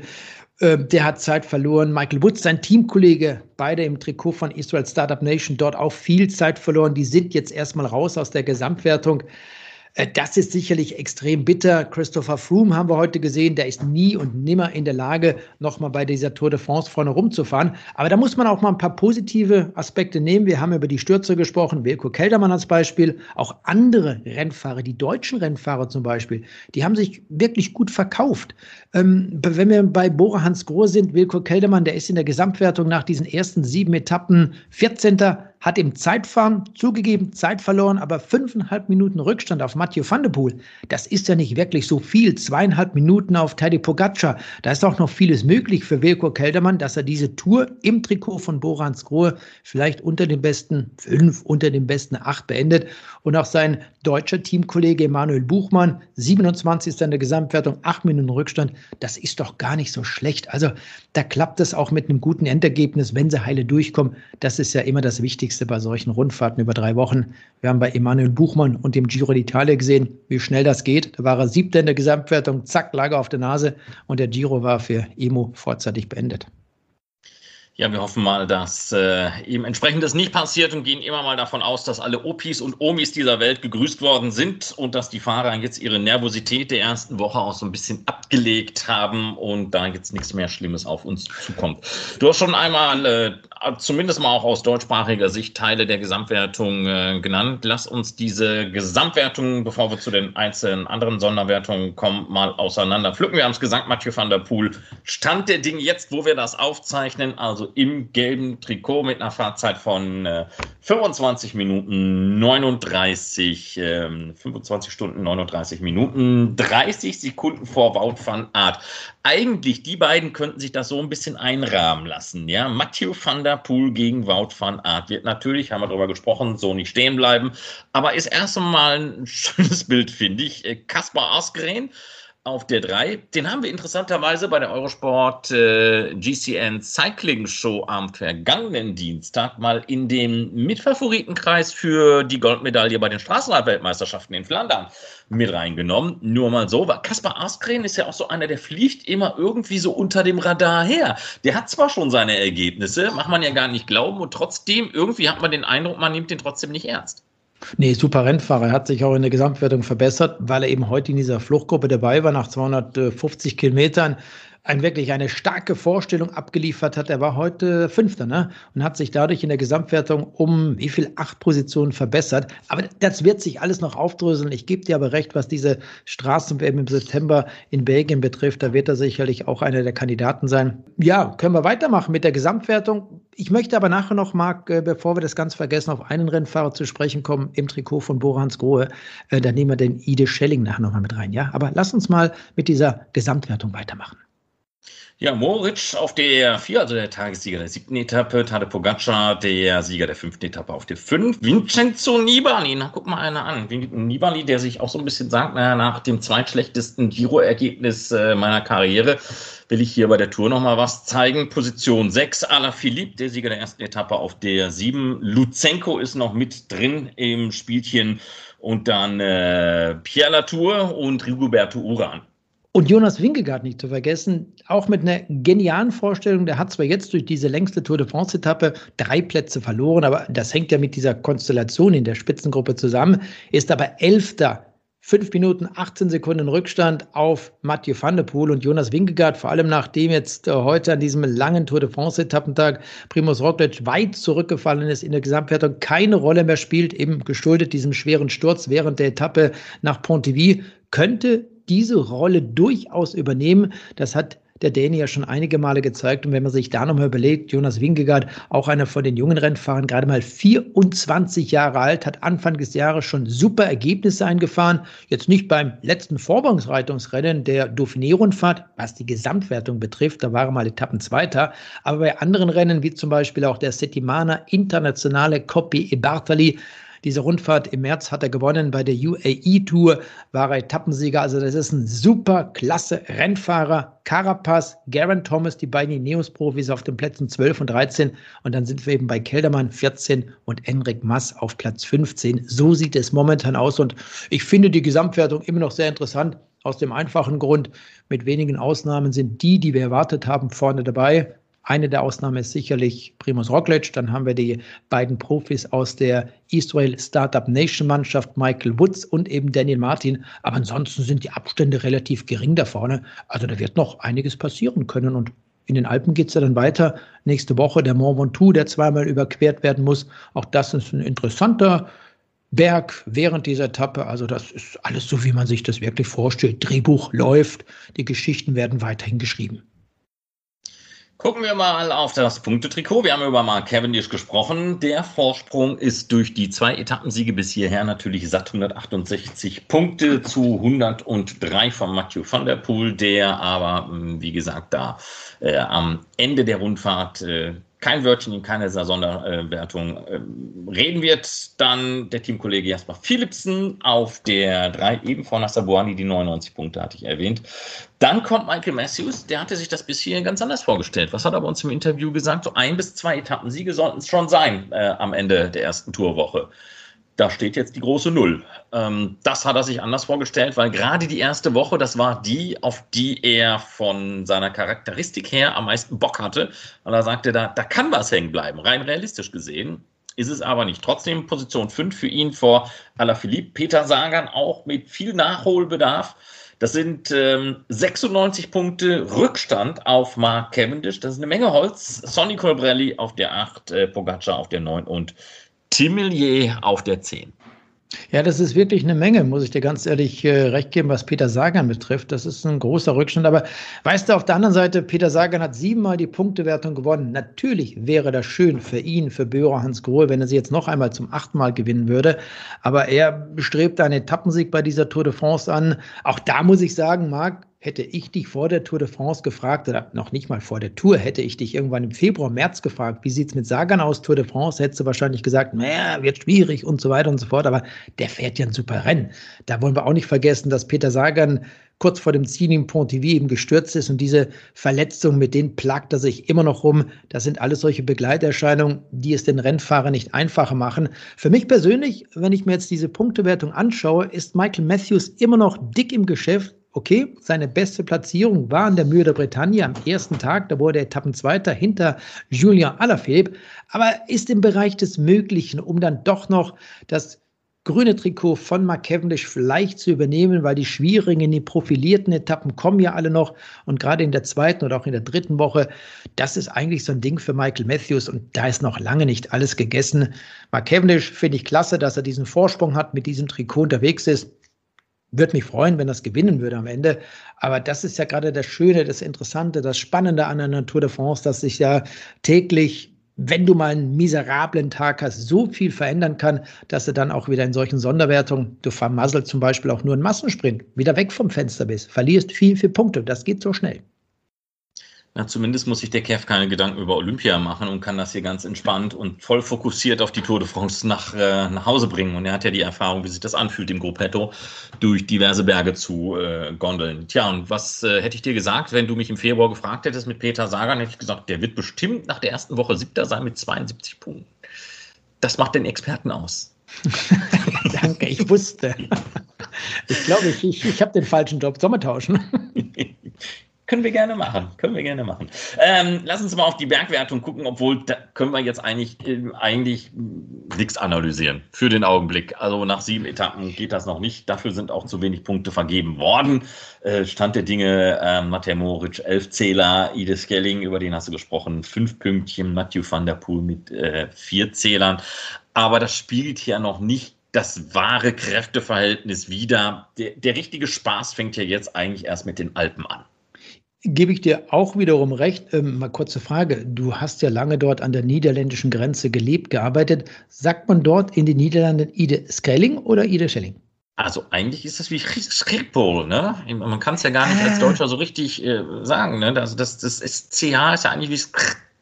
Der hat Zeit verloren. Michael Woods, sein Teamkollege, beide im Trikot von Israel Startup Nation, dort auch viel Zeit verloren. Die sind jetzt erstmal raus aus der Gesamtwertung. Das ist sicherlich extrem bitter. Christopher Froome haben wir heute gesehen, der ist nie und nimmer in der Lage, nochmal bei dieser Tour de France vorne rumzufahren. Aber da muss man auch mal ein paar positive Aspekte nehmen. Wir haben über die Stürze gesprochen, Wilco Kelderman als Beispiel, auch andere Rennfahrer, die deutschen Rennfahrer zum Beispiel, die haben sich wirklich gut verkauft. Ähm, wenn wir bei Bora Hansgrohe sind, Wilco Kelderman, der ist in der Gesamtwertung nach diesen ersten sieben Etappen vierzehnter hat im Zeitfahren zugegeben, Zeit verloren, aber fünfeinhalb Minuten Rückstand auf Mathieu van der Poel. Das ist ja nicht wirklich so viel. Zweieinhalb Minuten auf Tadej Pogačar. Da ist auch noch vieles möglich für Wilco Kelderman, dass er diese Tour im Trikot von Bora Hansgrohe vielleicht unter den besten fünf, unter den besten acht beendet. Und auch sein deutscher Teamkollege Emanuel Buchmann, siebenundzwanzigster in der Gesamtwertung, acht Minuten Rückstand. Das ist doch gar nicht so schlecht. Also da klappt es auch mit einem guten Endergebnis, wenn sie heile durchkommen. Das ist ja immer das Wichtigste bei solchen Rundfahrten über drei Wochen. Wir haben bei Emanuel Buchmann und dem Giro d'Italia gesehen, wie schnell das geht. Da war er siebter in der Gesamtwertung, zack, lag er auf der Nase und der Giro war für Emo vorzeitig beendet. Ja, wir hoffen mal, dass äh, ihm entsprechendes nicht passiert und gehen immer mal davon aus, dass alle Opis und Omis dieser Welt gegrüßt worden sind und dass die Fahrer jetzt ihre Nervosität der ersten Woche auch so ein bisschen abgelegt haben und da jetzt nichts mehr Schlimmes auf uns zukommt. Du hast schon einmal, äh, zumindest mal auch aus deutschsprachiger Sicht, Teile der Gesamtwertung äh, genannt. Lass uns diese Gesamtwertung, bevor wir zu den einzelnen anderen Sonderwertungen kommen, mal auseinander pflücken. Wir haben es gesagt, Mathieu van der Poel, Stand der Dinge jetzt, wo wir das aufzeichnen, also im gelben Trikot mit einer Fahrzeit von äh, fünfundzwanzig Minuten neununddreißig, äh, fünfundzwanzig Stunden neununddreißig Minuten, dreißig Sekunden vor Wout van Aert. Eigentlich, die beiden könnten sich das so ein bisschen einrahmen lassen. Ja? Mathieu van der Poel gegen Wout van Aert wird natürlich, haben wir darüber gesprochen, so nicht stehen bleiben, aber ist erst einmal ein schönes Bild, finde ich. Kaspar Asgreen auf der drei, den haben wir interessanterweise bei der Eurosport äh, G C N Cycling Show am vergangenen Dienstag mal in den Mitfavoritenkreis für die Goldmedaille bei den Straßenrad-Weltmeisterschaften in Flandern mit reingenommen. Nur mal so, weil Kaspar Asgreen ist ja auch so einer, der fliegt immer irgendwie so unter dem Radar her. Der hat zwar schon seine Ergebnisse, macht man ja gar nicht glauben, und trotzdem, irgendwie hat man den Eindruck, man nimmt den trotzdem nicht ernst. Nee, super Rennfahrer. Er hat sich auch in der Gesamtwertung verbessert, weil er eben heute in dieser Fluchtgruppe dabei war, nach zweihundertfünfzig Kilometern. Ein wirklich eine starke Vorstellung abgeliefert hat. Er war heute Fünfter, ne? Und hat sich dadurch in der Gesamtwertung um wie viel? Acht Positionen verbessert. Aber das wird sich alles noch aufdröseln. Ich gebe dir aber recht, was diese Straßen im September in Belgien betrifft. Da wird er sicherlich auch einer der Kandidaten sein. Ja, können wir weitermachen mit der Gesamtwertung. Ich möchte aber nachher noch, Marc, bevor wir das ganz vergessen, auf einen Rennfahrer zu sprechen kommen im Trikot von Bora Hansgrohe. Da nehmen wir den Ide Schelling nachher nochmal mit rein. Ja, aber lass uns mal mit dieser Gesamtwertung weitermachen. Ja, Mohoric auf der vier, also der Tagessieger der siebten Etappe, Tadej Pogacar, der Sieger der fünften Etappe auf der fünf, Vincenzo Nibali, na guck mal einer an, Nibali, der sich auch so ein bisschen sagt, naja, nach dem zweitschlechtesten Giro-Ergebnis äh, meiner Karriere will ich hier bei der Tour nochmal was zeigen. Position sechs, Alaphilippe, der Sieger der ersten Etappe auf der sieben, Lutsenko ist noch mit drin im Spielchen und dann äh, Pierre Latour und Rigoberto Urán. Und Jonas Vingegaard nicht zu vergessen, auch mit einer genialen Vorstellung. Der hat zwar jetzt durch diese längste Tour de France-Etappe drei Plätze verloren, aber das hängt ja mit dieser Konstellation in der Spitzengruppe zusammen, ist aber Elfter. fünf Minuten, achtzehn Sekunden Rückstand auf Mathieu van der Poel und Jonas Vingegaard, vor allem nachdem jetzt äh, heute an diesem langen Tour de France-Etappentag Primož Roglič weit zurückgefallen ist, in der Gesamtwertung keine Rolle mehr spielt, eben geschuldet diesem schweren Sturz während der Etappe nach Pontivy, könnte diese Rolle durchaus übernehmen. Das hat der Däne ja schon einige Male gezeigt. Und wenn man sich da nochmal überlegt, Jonas Vingegaard, auch einer von den jungen Rennfahrern, gerade mal vierundzwanzig Jahre alt, hat Anfang des Jahres schon super Ergebnisse eingefahren. Jetzt nicht beim letzten Vorbereitungsrennen der Dauphiné-Rundfahrt, was die Gesamtwertung betrifft, da war er mal Etappenzweiter. Aber bei anderen Rennen, wie zum Beispiel auch der Settimana Internazionale Coppi e Bartali, diese Rundfahrt im März hat er gewonnen. Bei der U A E-Tour war er Etappensieger. Also das ist ein super klasse Rennfahrer. Carapaz, Geraint Thomas, die beiden Ineos-Profis auf den Plätzen zwölf und dreizehn. Und dann sind wir eben bei Kelderman vierzehn und Enric Mas auf Platz fünfzehn. So sieht es momentan aus. Und ich finde die Gesamtwertung immer noch sehr interessant. Aus dem einfachen Grund, mit wenigen Ausnahmen sind die, die wir erwartet haben, vorne dabei. Eine der Ausnahmen ist sicherlich Primož Roglič. Dann haben wir die beiden Profis aus der Israel Startup Nation Mannschaft, Michael Woods und eben Daniel Martin. Aber ansonsten sind die Abstände relativ gering da vorne. Also da wird noch einiges passieren können. Und in den Alpen geht es ja dann weiter. Nächste Woche der Mont Ventoux, der zweimal überquert werden muss. Auch das ist ein interessanter Berg während dieser Etappe. Also das ist alles so, wie man sich das wirklich vorstellt. Drehbuch läuft. Die Geschichten werden weiterhin geschrieben. Gucken wir mal auf das Punktetrikot. Wir haben über Mark Cavendish gesprochen. Der Vorsprung ist durch die zwei Etappensiege bis hierher natürlich satt hundertachtundsechzig Punkte zu hundertdrei von Mathieu van der Poel, der aber, wie gesagt, da äh, am Ende der Rundfahrt äh, kein Wörtchen in keiner Sonderwertung äh, reden wird. Dann der Teamkollege Jasper Philipsen auf der drei, eben vor Nacer Bouhanni, die neunundneunzig Punkte hatte ich erwähnt. Dann kommt Michael Matthews, der hatte sich das bis hierhin ganz anders vorgestellt. Was hat er bei uns im Interview gesagt? So ein bis zwei Etappensiege sollten es schon sein äh, am Ende der ersten Tourwoche. Da steht jetzt die große Null. Ähm, das hat er sich anders vorgestellt, weil gerade die erste Woche, das war die, auf die er von seiner Charakteristik her am meisten Bock hatte. Weil er sagte, da, da kann was hängen bleiben, rein realistisch gesehen. Ist es aber nicht. Trotzdem Position fünf für ihn vor Alaphilippe. Peter Sagan auch mit viel Nachholbedarf. Das sind ähm, sechsundneunzig Punkte Rückstand auf Mark Cavendish. Das ist eine Menge Holz. Sonny Colbrelli auf der acht, äh, Pogacar auf der neun und Tim Millier auf der zehn. Ja, das ist wirklich eine Menge, muss ich dir ganz ehrlich äh, recht geben, was Peter Sagan betrifft. Das ist ein großer Rückstand. Aber weißt du, auf der anderen Seite, Peter Sagan hat siebenmal die Punktewertung gewonnen. Natürlich wäre das schön für ihn, für Bora Hansgrohe, wenn er sie jetzt noch einmal zum achten Mal gewinnen würde. Aber er bestrebt einen Etappensieg bei dieser Tour de France an. Auch da muss ich sagen, Marc, hätte ich dich vor der Tour de France gefragt, oder noch nicht mal vor der Tour, hätte ich dich irgendwann im Februar, März gefragt, wie sieht es mit Sagan aus, Tour de France, hättest du wahrscheinlich gesagt, naja, wird schwierig und so weiter und so fort, aber der fährt ja ein super Rennen. Da wollen wir auch nicht vergessen, dass Peter Sagan kurz vor dem Ziel in Pontivy eben gestürzt ist und diese Verletzungen, mit denen plagt er sich immer noch rum. Das sind alles solche Begleiterscheinungen, die es den Rennfahrern nicht einfacher machen. Für mich persönlich, wenn ich mir jetzt diese Punktewertung anschaue, ist Michael Matthews immer noch dick im Geschäft. Okay, seine beste Platzierung war an der Mühe der Bretagne am ersten Tag, da wurde er Etappenzweiter hinter Julien Alaphilippe, aber ist im Bereich des Möglichen, um dann doch noch das grüne Trikot von Mark Cavendish vielleicht zu übernehmen, weil die schwierigen, die profilierten Etappen kommen ja alle noch und gerade in der zweiten oder auch in der dritten Woche, das ist eigentlich so ein Ding für Michael Matthews und da ist noch lange nicht alles gegessen. Mark Cavendish finde ich klasse, dass er diesen Vorsprung hat, mit diesem Trikot unterwegs ist. Würde mich freuen, wenn das gewinnen würde am Ende. Aber das ist ja gerade das Schöne, das Interessante, das Spannende an einer Tour de France, dass sich ja täglich, wenn du mal einen miserablen Tag hast, so viel verändern kann, dass du dann auch wieder in solchen Sonderwertungen, du vermasselst zum Beispiel auch nur einen Massensprint, wieder weg vom Fenster bist, verlierst viel, viel Punkte. Das geht so schnell. Na, zumindest muss sich der Kev keine Gedanken über Olympia machen und kann das hier ganz entspannt und voll fokussiert auf die Tour de France nach, äh, nach Hause bringen. Und er hat ja die Erfahrung, wie sich das anfühlt, im Gruppetto durch diverse Berge zu äh, gondeln. Tja, und was äh, hätte ich dir gesagt, wenn du mich im Februar gefragt hättest mit Peter Sagan, hätte ich gesagt, der wird bestimmt nach der ersten Woche Siebter sein mit zweiundsiebzig Punkten. Das macht den Experten aus. Danke, ich wusste. Ich glaube, ich, ich, ich habe den falschen Job. Sollen wir tauschen? Können wir gerne machen, können wir gerne machen. Ähm, lass uns mal auf die Bergwertung gucken, obwohl da können wir jetzt eigentlich, äh, eigentlich nichts analysieren für den Augenblick. Also nach sieben Etappen geht das noch nicht. Dafür sind auch zu wenig Punkte vergeben worden. Äh, Stand der Dinge, äh, Matej Moric, elf Zähler, Ide Skelling, über den hast du gesprochen, fünf Pünktchen, Mathieu van der Poel mit äh, vier Zählern. Aber das spiegelt hier noch nicht das wahre Kräfteverhältnis wider. Der, der richtige Spaß fängt ja jetzt eigentlich erst mit den Alpen an. Gebe ich dir auch wiederum recht. Ähm, mal kurze Frage. Du hast ja lange dort an der niederländischen Grenze gelebt, gearbeitet. Sagt man dort in den Niederlanden Ide Skelling oder Ide Schelling? Also eigentlich ist das wie Schiphol, ne? Man kann es ja gar nicht als Deutscher so richtig äh, sagen, ne? Also das, das ist C H ist ja eigentlich wie so.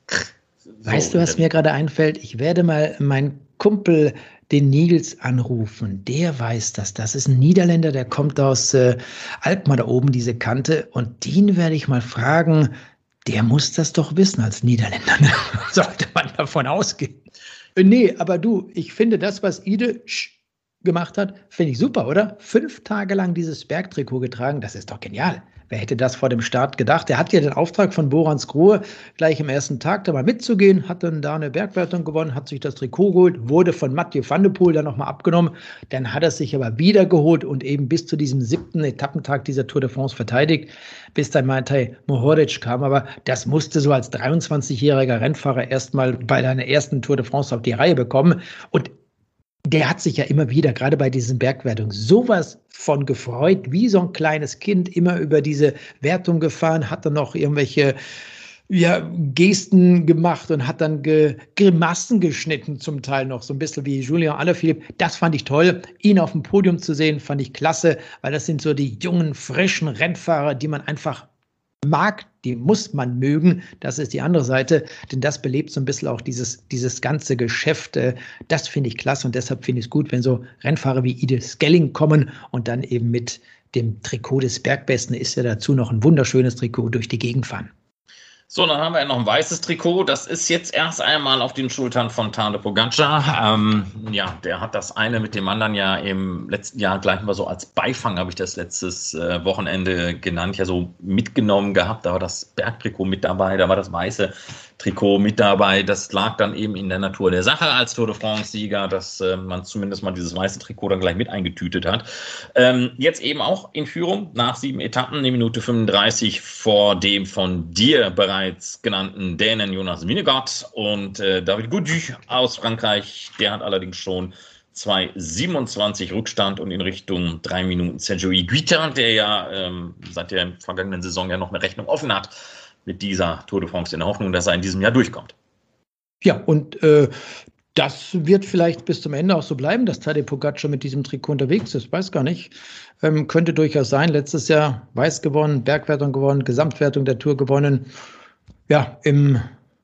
Weißt du, was mir gerade einfällt? Ich werde mal meinen Kumpel den Nils anrufen, der weiß das. Das ist ein Niederländer, der kommt aus äh, Alkmaar da oben, diese Kante. Und den werde ich mal fragen, der muss das doch wissen als Niederländer. Sollte man davon ausgehen. Äh, nee, aber du, ich finde das, was Ide gemacht hat, finde ich super, oder? Fünf Tage lang dieses Bergtrikot getragen, das ist doch genial. Wer hätte das vor dem Start gedacht? Er hat ja den Auftrag von Bora Hansgrohe, gleich im ersten Tag da mal mitzugehen, hat dann da eine Bergwertung gewonnen, hat sich das Trikot geholt, wurde von Mathieu van der Poel dann nochmal abgenommen. Dann hat er sich aber wieder geholt und eben bis zu diesem siebten Etappentag dieser Tour de France verteidigt, bis dann Matej Mohoric kam. Aber das musste so als dreiundzwanzigjähriger Rennfahrer erstmal bei deiner ersten Tour de France auf die Reihe bekommen. Und der hat sich ja immer wieder, gerade bei diesen Bergwertungen, sowas von gefreut, wie so ein kleines Kind, immer über diese Wertung gefahren, hat dann noch irgendwelche ja, Gesten gemacht und hat dann ge Grimassen geschnitten, zum Teil noch, so ein bisschen wie Julien Alaphilippe. Das fand ich toll. Ihn auf dem Podium zu sehen, fand ich klasse, weil das sind so die jungen, frischen Rennfahrer, die man einfach mag, die muss man mögen, das ist die andere Seite, denn das belebt so ein bisschen auch dieses, dieses ganze Geschäft, das finde ich klasse und deshalb finde ich es gut, wenn so Rennfahrer wie Ide Skelling kommen und dann eben mit dem Trikot des Bergbesten ist ja dazu noch ein wunderschönes Trikot durch die Gegend fahren. So, dann haben wir noch ein weißes Trikot. Das ist jetzt erst einmal auf den Schultern von Tadej Pogačar. Ähm, ja, der hat das eine mit dem anderen ja im letzten Jahr gleich mal so als Beifang, habe ich das letztes äh, Wochenende genannt, ja so mitgenommen gehabt. Da war das Bergtrikot mit dabei, da war das weiße Trikot mit dabei. Das lag dann eben in der Natur der Sache als Tour de France-Sieger, dass äh, man zumindest mal dieses weiße Trikot dann gleich mit eingetütet hat. Ähm, jetzt eben auch in Führung nach sieben Etappen, eine Minute fünfunddreißig vor dem von dir bereits genannten Dänen Jonas Vingegaard und äh, David Gaudu aus Frankreich. Der hat allerdings schon zwei siebenundzwanzig Rückstand und in Richtung drei Minuten Sergio Higuita, der ja ähm, seit der vergangenen Saison ja noch eine Rechnung offen hat mit dieser Tour de France in der Hoffnung, dass er in diesem Jahr durchkommt. Ja, und äh, das wird vielleicht bis zum Ende auch so bleiben, dass Tadej Pogačar mit diesem Trikot unterwegs ist. Weiß gar nicht. Ähm, könnte durchaus sein. Letztes Jahr Weiß gewonnen, Bergwertung gewonnen, Gesamtwertung der Tour gewonnen. Ja, im,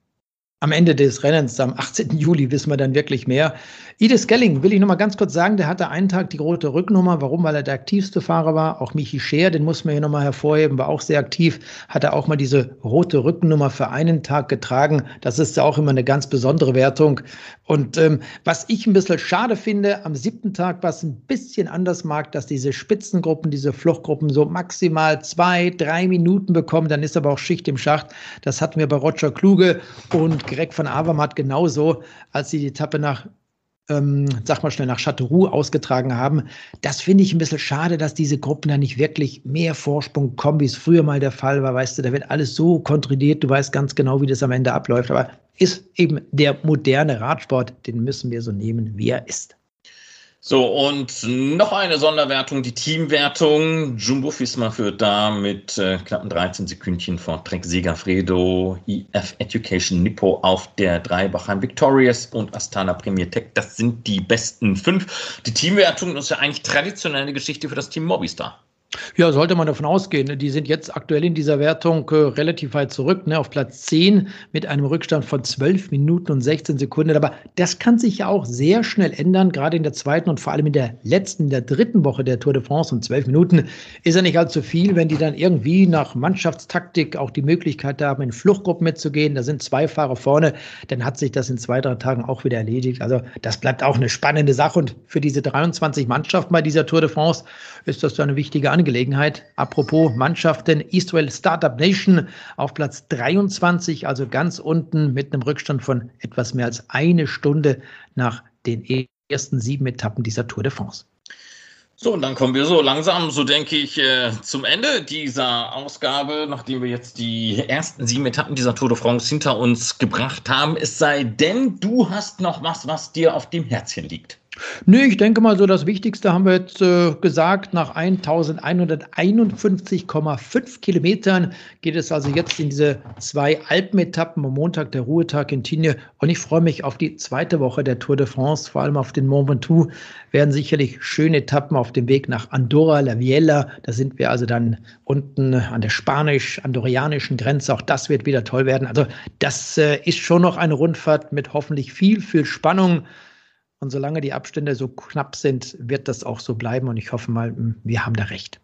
am Ende des Rennens, am achtzehnten Juli, wissen wir dann wirklich mehr. Ide Schelling, will ich noch mal ganz kurz sagen, der hatte einen Tag die rote Rücknummer. Warum? Weil er der aktivste Fahrer war. Auch Michi Scheer, den muss man hier noch mal hervorheben, war auch sehr aktiv. Hat er auch mal diese rote Rücknummer für einen Tag getragen. Das ist ja auch immer eine ganz besondere Wertung. Und ähm, was ich ein bisschen schade finde, am siebten Tag, was ein bisschen anders mag, dass diese Spitzengruppen, diese Fluchtgruppen so maximal zwei, drei Minuten bekommen. Dann ist aber auch Schicht im Schacht. Das hatten wir bei Roger Kluge und Greg van Avermaet genauso, als sie die Etappe nach Ähm, sag mal schnell, nach Châteauroux ausgetragen haben. Das finde ich ein bisschen schade, dass diese Gruppen da nicht wirklich mehr Vorsprung bekommen, wie es früher mal der Fall war. Weißt du, da wird alles so kontrolliert, du weißt ganz genau, wie das am Ende abläuft. Aber ist eben der moderne Radsport, den müssen wir so nehmen, wie er ist. So, und noch eine Sonderwertung, die Teamwertung. Jumbo-Visma führt da mit äh, knappen dreizehn Sekündchen vor Trek Segafredo, I F Education Nippo auf der drei, Bachem Victorious und Astana Premier Tech. Das sind die besten fünf. Die Teamwertung ist ja eigentlich traditionelle Geschichte für das Team Movistar. Ja, sollte man davon ausgehen. Die sind jetzt aktuell in dieser Wertung äh, relativ weit zurück, ne, auf Platz zehn mit einem Rückstand von zwölf Minuten und sechzehn Sekunden. Aber das kann sich ja auch sehr schnell ändern, gerade in der zweiten und vor allem in der letzten, in der dritten Woche der Tour de France. Und zwölf Minuten ist ja nicht allzu viel, wenn die dann irgendwie nach Mannschaftstaktik auch die Möglichkeit haben, in Fluchtgruppen mitzugehen. Da sind zwei Fahrer vorne, dann hat sich das in zwei, drei Tagen auch wieder erledigt. Also das bleibt auch eine spannende Sache. Und für diese dreiundzwanzig Mannschaften bei dieser Tour de France ist das so eine wichtige Angelegenheit. Apropos Mannschaften, Israel Startup Nation auf Platz dreiundzwanzig, also ganz unten mit einem Rückstand von etwas mehr als eine Stunde nach den ersten sieben Etappen dieser Tour de France. So, und dann kommen wir so langsam, so denke ich, äh, zum Ende dieser Ausgabe, nachdem wir jetzt die ersten sieben Etappen dieser Tour de France hinter uns gebracht haben. Es sei denn, du hast noch was, was dir auf dem Herzchen liegt. Nö, ich denke mal so, das Wichtigste haben wir jetzt äh, gesagt. Nach eintausendeinhunderteinundfünfzig Komma fünf Kilometern geht es also jetzt in diese zwei Alpenetappen. Am Montag der Ruhetag in Tignes. Und ich freue mich auf die zweite Woche der Tour de France, vor allem auf den Mont Ventoux. Werden sicherlich schöne Etappen auf dem Weg nach Andorra, La Viella. Da sind wir also dann unten an der spanisch-andorrianischen Grenze. Auch das wird wieder toll werden. Also das äh, ist schon noch eine Rundfahrt mit hoffentlich viel, viel Spannung. Und solange die Abstände so knapp sind, wird das auch so bleiben. Und ich hoffe mal, wir haben da recht.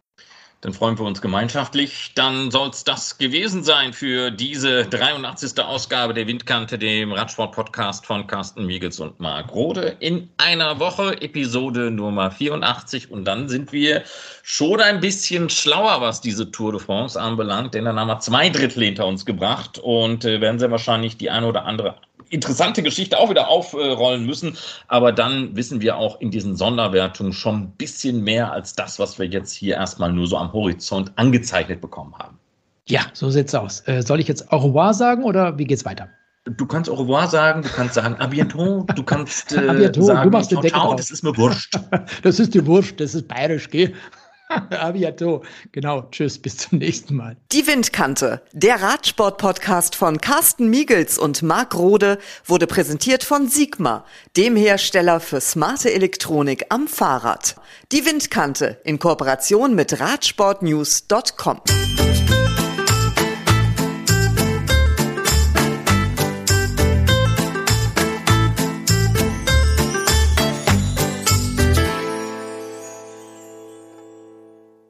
Dann freuen wir uns gemeinschaftlich. Dann soll es das gewesen sein für diese dreiundachtzigste Ausgabe der Windkante, dem Radsport-Podcast von Carsten Miegels und Marc Rode. In einer Woche Episode Nummer vierundachtzig. Und dann sind wir schon ein bisschen schlauer, was diese Tour de France anbelangt. Denn dann haben wir zwei Drittel hinter uns gebracht und äh, werden sehr wahrscheinlich die eine oder andere interessante Geschichte auch wieder aufrollen müssen. Aber dann wissen wir auch in diesen Sonderwertungen schon ein bisschen mehr als das, was wir jetzt hier erstmal nur so am Horizont angezeichnet bekommen haben. Ja, so sieht's aus. Äh, soll ich jetzt au revoir sagen oder wie geht's weiter? Du kannst au revoir sagen, du kannst sagen à bientôt, du kannst äh, bientôt, sagen du machst den Deckel ciao, drauf. das ist mir wurscht. Das ist dir wurscht, das ist bayerisch, gell? À bientôt. Genau, tschüss, bis zum nächsten Mal. Die Windkante, der Radsport-Podcast von Carsten Miegels und Marc Rode, wurde präsentiert von Sigma, dem Hersteller für smarte Elektronik am Fahrrad. Die Windkante in Kooperation mit radsportnews punkt com.